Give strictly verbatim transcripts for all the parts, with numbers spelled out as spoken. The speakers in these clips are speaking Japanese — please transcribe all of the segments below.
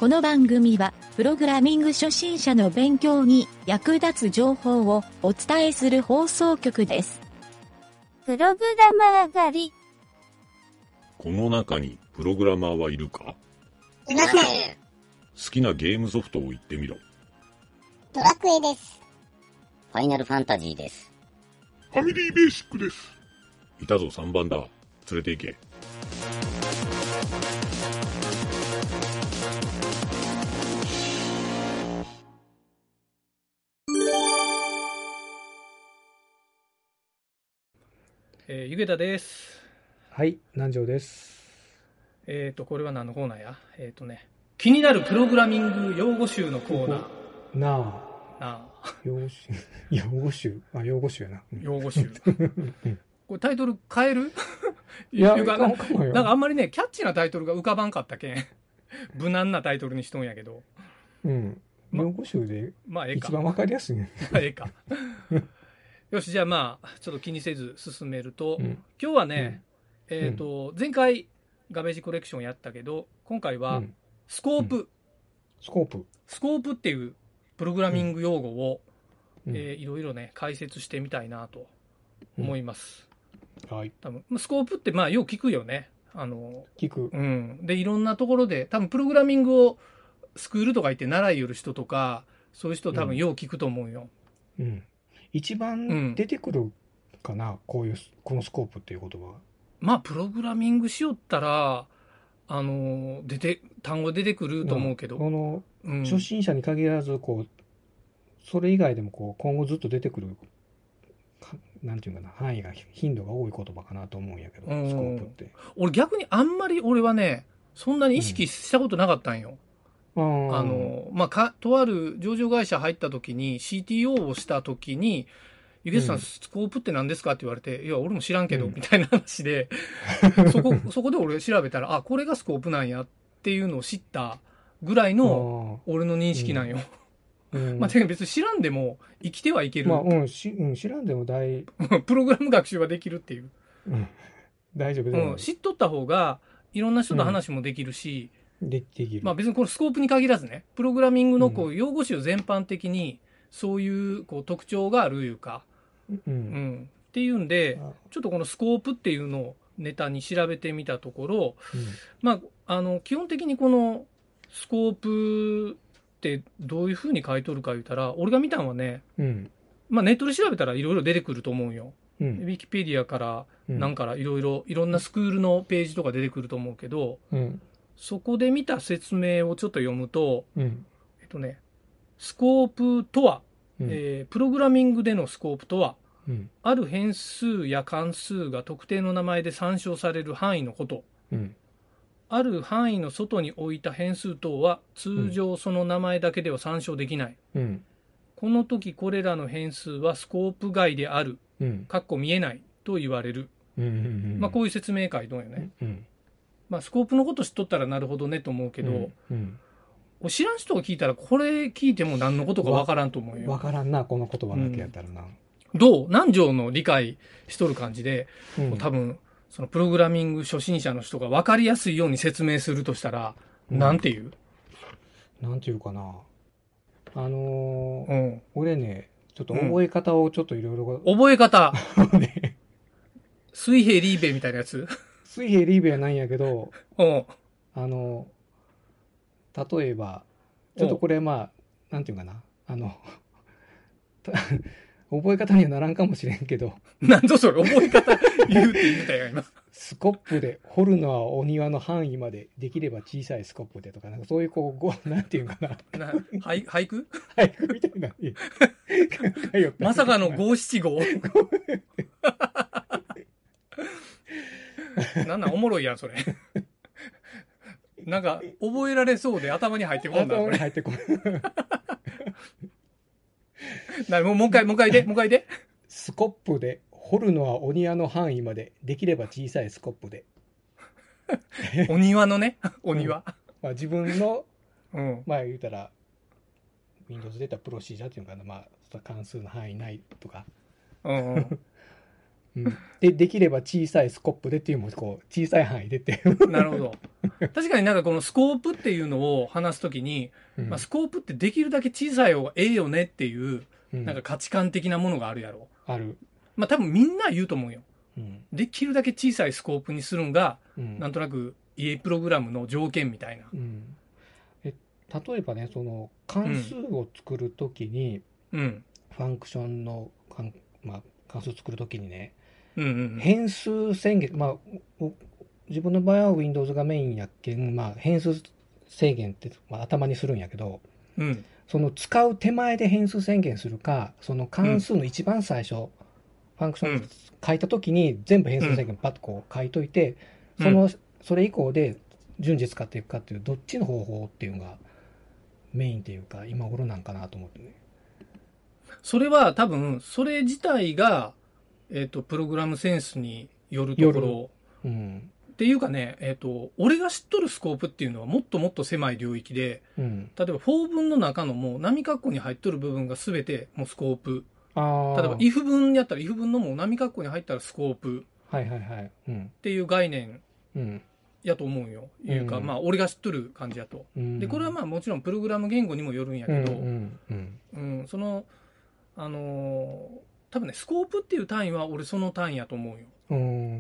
の番組は、プログラミング初心者の勉強に役立つ情報をお伝えする放送局です。 プログラマー狩り。 この中にプログラマーはいるか？ いません。 好きなゲームソフトを言ってみろ。 ドラクエです。 ファイナルファンタジーです。 ファミリーベーシックです。 いたぞさんばんだ。連れて行け。 えー、ゆげたです。 はい、南條です。 えっ、ー、と、これは何のコーナーや？えっ、ー、とね、気になるプログラミング用語集のコーナー。 なあ。 なあ。 用語集、用語集、あ、用語集やな。 用語集。これタイトル変える？ いや、 いうかかかもよ。 なんかあんまりね、キャッチなタイトルが浮かばんかったけん、無難なタイトルにしとんやけど。 うん。用語集でまあ、ええか。 一番わかりやすいね。 まあ、ええか。よし、じゃあまあ、ちょっと気にせず進めると、 うん、 今日はね、うん、えっ、ー、と、前回ガベージコレクションやったけど、今回はスコープ。うん、 スコープ。 スコープっていうプログラミング用語を、うん、えー、いろいろね、解説してみたいなと思います。 うん、はい。 多分、スコープってまあ、よく聞くよね。あの、 聞く。 うん。で、いろんなところで、多分プログラミングをスクールとか行って習いよる人とか、そういう人多分よう聞くと思うよ。 うん。うん、一番出てくるかな、うん、こういう、このスコープっていう言葉が。 まあ、プログラミングしよったら、あの、出て、単語出てくると思うけど。 この、うん、初心者に限らず、こう、それ以外でもこう、今後ずっと出てくる、なんていうかな、範囲が、頻度が多い言葉かなと思うんやけど、スコープって。 俺逆にあんまり俺はね、そんなに意識したことなかったんよ。うん、あの、まあ、か、とある上場会社入った時に シーティーオー をした時に、ゆげさん、うん、スコープって何ですかって言われて、いや、俺も知らんけど、うん、みたいな話で、そこ、そこで俺調べたら、あ、これがスコープなんやっていうのを知ったぐらいの俺の認識なんよ。うん、まあ、別に知らんでも生きてはいける。 まあ、うん、し、うん、知らんでも大、 プログラム学習はできるっていう。 うん、大丈夫だよ、 うん。知っとった方が、いろんな人と話もできるし、 うん、で、できる。 まあ別にこのスコープに限らずね、プログラミングのこう用語集全般的に、そういうこう特徴があるいうか、 うん。うん、 っていうんで、ちょっとこのスコープっていうのをネタに調べてみたところ、うん、まあ、あの、基本的にこのスコープってどういう風に書いとるか言ったら、俺が見たのはね、うん、まあネットで調べたらいろいろ出てくると思うよ。うん、ウィキペディアから、なんからいろいろ、いろんなスクールのページとか出てくると思うけど、うん、そこで見た説明をちょっと読むと、うん、えっとね、スコープとは、うん、えー、プログラミングでのスコープとは、うん、ある変数や関数が特定の名前で参照される範囲のこと、うん、ある範囲の外に置いた変数等は通常その名前だけでは参照できない、うん、この時これらの変数はスコープ外である、うん、かっこ見えないと言われる、うんうんうん、まあ、こういう説明書いとんよね、うん、まあ、スコープのこと知っとったらなるほどねと思うけど、うんうん、知らん人が聞いたらこれ聞いても何のことかわからんと思うよ。 わからんな、この言葉だけやったらな、うん、 どう南條の理解しとる感じで、うん、多分そのプログラミング初心者の人が分かりやすいように説明するとしたら、うん、なんて言うなんて言うかな、あのーうん、俺ねちょっと覚え方をちょっといろいろ覚え方ね、水平リーベみたいなやつ水平リーベはないんやけど、あの例えばちょっとこれまあなんていうかな、あの覚え方にはならんかもしれんけど。 なんぞそれ、覚え方言うって言ったよ、今。 スコップで、掘るのはお庭の範囲まで、できれば小さいスコップでとか、なんかそういうこう、ごなんていうかな。 な俳俳句俳句みたいな。 まさかの五七五なんなんおもろいやん、それ。なんか、覚えられそうで頭に入ってこんな。 頭に入ってこん。 なもうもう一回、もう一回で、もう一回で。 スコップで、掘るのはお庭の範囲まで、できれば小さいスコップで。 お庭のね、お庭。うん、 まあ自分の、 うん、 まあ言うたら、Windows で言ったらプロシージャーっていうのかな、まあ関数の範囲内とか。 うんうん、 うん、でできれば小さいスコップでっていうのもこう小さい範囲でってなるほど。確かになんかこのスコープっていうのを話すときに、うん、まあ、スコープってできるだけ小さい方がええよねっていう、うん、なんか価値観的なものがあるやろ。 ある。 まあ多分みんな言うと思うよ。 うん、 できるだけ小さいスコープにするんが、 うん、 なんとなく家プログラムの条件みたいな。 うん、え例えばね、その関数を作るときに、 うん、 ファンクションの、まあ、関数を作るときにね、 うんうんうん、 変数宣言、まあ、自分の場合は Windows がメインやっけん、まあ、変数制限って、まあ、頭にするんやけど、 うん、 その使う手前で変数宣言するか、その関数の一番最初、うん、ファンクション書いたときに全部変数宣言パッとこう書いといて、うん、そのそれ以降で順次使っていくかっていうどっちの方法っていうのがメインっていうか今頃なんかなと思ってね。 それは多分それ自体が、えーと、プログラムセンスによるところ、 うん、 っていうかね、えーと、俺が知っとるスコープっていうのはもっともっと狭い領域で、 うん、 例えばフォー文の中のもう波括弧に入っとる部分が全てもうスコープ。 あ例えば if 文やったら if 文のもう波括弧に入ったらスコープ、 はいはいはい、うん、 っていう概念やと思うよ、 うん、 いうか、まあ俺が知っとる感じやと、うん、でこれはまあもちろんプログラム言語にもよるんやけど、 うんうんうん、そのあのー、多分ねスコープっていう単位は俺その単位やと思うよ、 うん、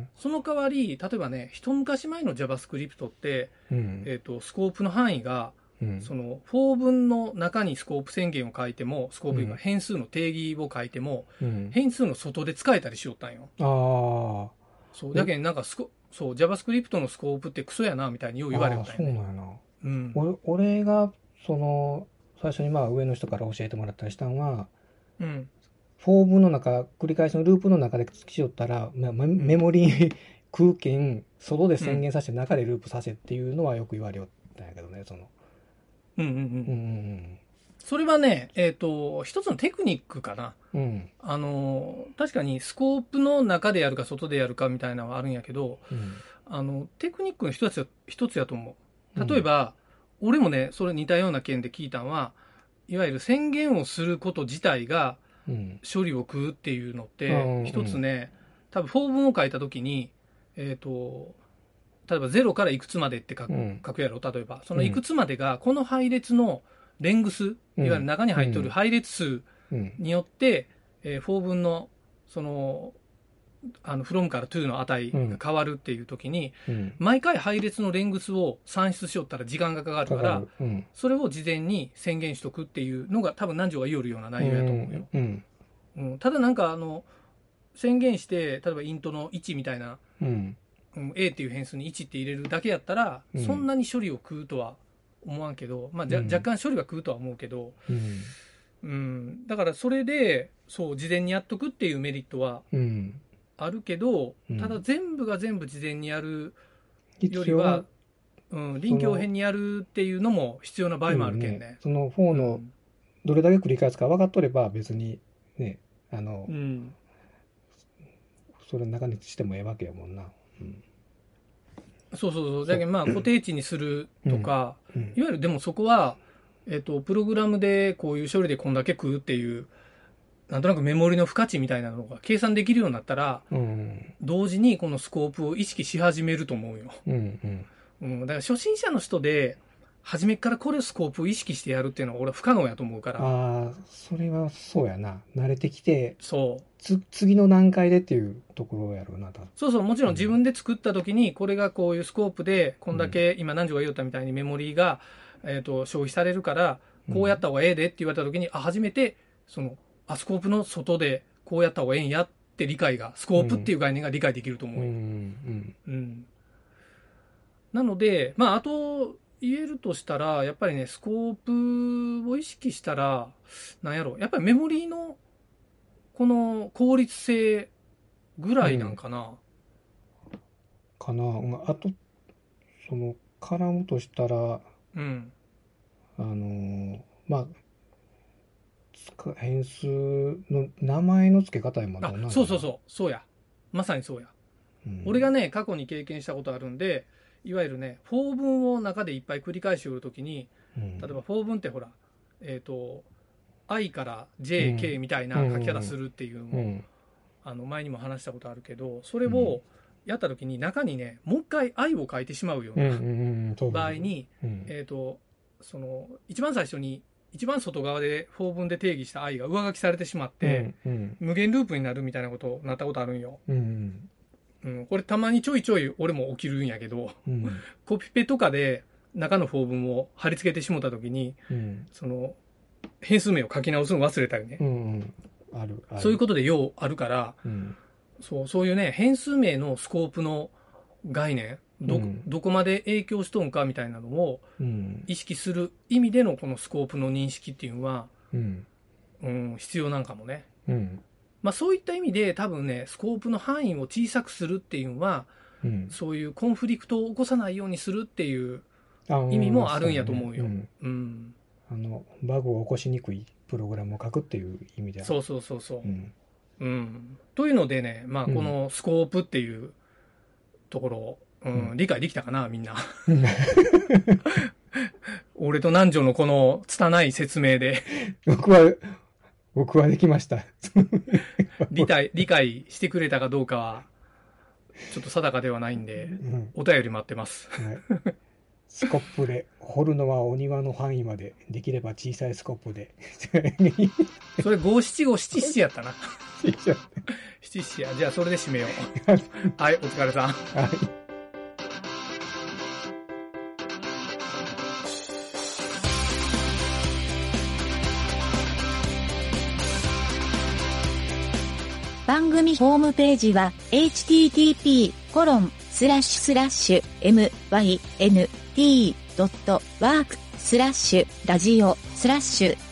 その代わり例えばね一昔前の JavaScript って、 うんえーと、スコープの範囲がうん、 そのフォー文の中にスコープ宣言を書いてもスコープ今変数の定義を書いても、 うん、 変数の外で使えたりしよったんよ。 あそうだけどなんかスコそう JavaScript のスコープってクソやなみたいによう言われるんだよね。 そうなんやな、 うん、 俺, 俺がその最初にまあ上の人から教えてもらったりしたのは、 うん、 フォー文の中繰り返しのループの中でしよったら、まあ、メモリ空間外で宣言させて中でループさせっていうのはよく言われよったんやけどね、そのうんうんうん。 うんうんうんそれはね、えっと、一つのテクニックかな。 うん、 あの、確かにスコープの中でやるか外でやるかみたいなのはあるんやけど、 うん、 あの、テクニックの一つ、一つやと思う。例えば、うん、俺もね、それ似たような件で聞いたのは、いわゆる宣言をすること自体が処理を食うっていうのって、うん、一つね、多分、フォー文を書いたときに、えっと、例えばゼロからいくつまでって書く、うん、書くやろ、例えば。そのいくつまでが、この配列のレングス、いわゆる中に入っている配列数によって、うんえー、フォー文の、その、あの、from から to の値が変わるっていう時に、 うん、 毎回配列のレングスを算出しよったら時間がかかるから、 うん、 それを事前に宣言しとくっていうのが多分何条が言おるような内容やと思うよ。 うんうん、ただなんか、あの、宣言して、例えばイントのいちみたいな、 うんうん、A っていう変数にいちって入れるだけやったら、 うん、 そんなに処理を食うとは思わんけど、まあ、じゃ、うん、若干処理は食うとは思うけど、 うんうん、だからそれでそう事前にやっとくっていうメリットはあるけど、 うん、 ただ全部が全部事前にやるよりは、うん、臨機応変にやるっていうのも必要な場合もあるけんね。ねそのフォーのどれだけ繰り返すか分かっとれば別にね、あの、 うん、 それの中にしてもええわけやもんな。うんそうそうそう。だけどまあ固定値にするとか、 うんうん、 いわゆるでもそこは、えっと、プログラムでこういう処理でこんだけ食うっていう、なんとなくメモリの付加値みたいなのが計算できるようになったら、 うん、 同時にこのスコープを意識し始めると思うよ。 うんうんうん、だから初心者の人で、初めからこれスコープを意識してやるっていうのは俺は不可能やと思うから。 ああ、それはそうやな。慣れてきて、 そう。 つ次の段階でっていうところやろうなと。 そうそう、もちろん自分で作った時に、これがこういうスコープで、こんだけ今何条が言おったみたいにメモリーが、えっと、消費されるから、こうやった方がええでって言われた時に、うん、あ、初めて、その、あ、スコープの外でこうやった方がええんやって理解が、スコープっていう概念が理解できると思う。 うん。うん。 うん。なので、まあ、あと、言えるとしたら、やっぱりね、スコープを意識したら、なんやろ、やっぱりメモリーの、この効率性ぐらいなんかな。 うん、かな。あと、その、絡むとしたら、 うん。 あの、まあ、変数の名前の付け方やもんな。あ、そうそうそう、そうや。まさにそうや。うん、俺がね、過去に経験したことあるんで、いわゆるね、フォー文を中でいっぱい繰り返し売るときに、うん、例えばフォー文ってほら、えっと、I から J、K みたいな書き方するっていうのも、 あの前にも話したことあるけど、それをやった時に中にね、もう一回愛を書いてしまうような場合に、えっと、その、一番最初に、一番外側で法文で定義した愛が上書きされてしまって、うんうん、無限ループになるみたいなことになったことあるんよ。うんうんうん、これたまにちょいちょい俺も起きるんやけど、うん、コピペとかで中の法文を貼り付けてしもたときに、うん、その変数名を書き直すの忘れたりね、うんうん、あるあるそういうことでようあるから、うん、そう、そういうね、変数名のスコープの概念、ど、うん、どこまで影響しとんかみたいなのを意識する意味でのこのスコープの認識っていうのは、うんうん、必要なんかもね。うんまあ、そういった意味で多分ね、スコープの範囲を小さくするっていうのは、うん、そういうコンフリクトを起こさないようにするっていう意味もあるんやと思うよ。うんうん、 あのバグを起こしにくいプログラムを書くっていう意味では。 そうそうそうそう。うんうん、というのでね、まあ、このスコープっていうところを、うんうん、理解できたかな、みんな。俺と南條のこの拙い説明で。 僕は、僕はできました。 理解、理解してくれたかどうかは、ちょっと定かではないんで、うん、お便り待ってます。はい、 スコップで、掘るのはお庭の範囲まで、できれば小さいスコップで。 それ五七五七七やったな。七七や。じゃあそれで締めよう。はい、お疲れさん。はい。 番組ホームページは エイチティーティーピーコロンスラッシュスラッシュエムワイエヌティードットワークスラッシュラジオスラッシュ